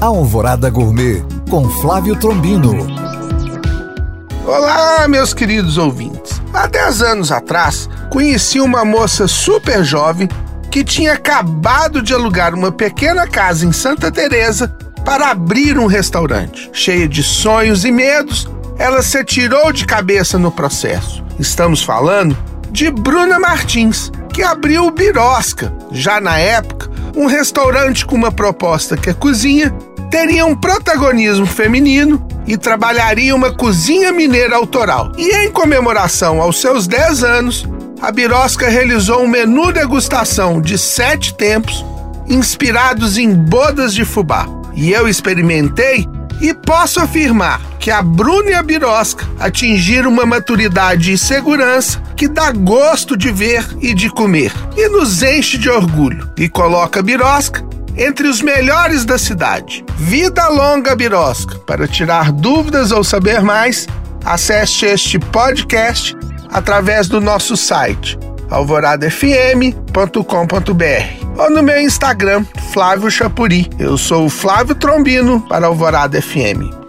Alvorada Gourmet, com Flávio Trombino. Olá, meus queridos ouvintes. Há 10 anos atrás, conheci uma moça super jovem que tinha acabado de alugar uma pequena casa em Santa Teresa para abrir um restaurante. Cheia de sonhos e medos, ela se atirou de cabeça no processo. Estamos falando de Bruna Martins, que abriu o Birosca. Já na época, um restaurante com uma proposta que a cozinha teria um protagonismo feminino e trabalharia uma cozinha mineira autoral. E em comemoração aos seus 10 anos, a Birosca realizou um menu degustação de 7 tempos, inspirados em bodas de fubá. E eu experimentei e posso afirmar que a Bruna e a Birosca atingiram uma maturidade e segurança que dá gosto de ver e de comer, e nos enche de orgulho, e coloca a Birosca entre os melhores da cidade. Vida longa, Birosca! Para tirar dúvidas ou saber mais, acesse este podcast através do nosso site alvoradafm.com.br ou no meu Instagram, Flávio Chapuri. Eu sou o Flávio Trombino para Alvorada FM.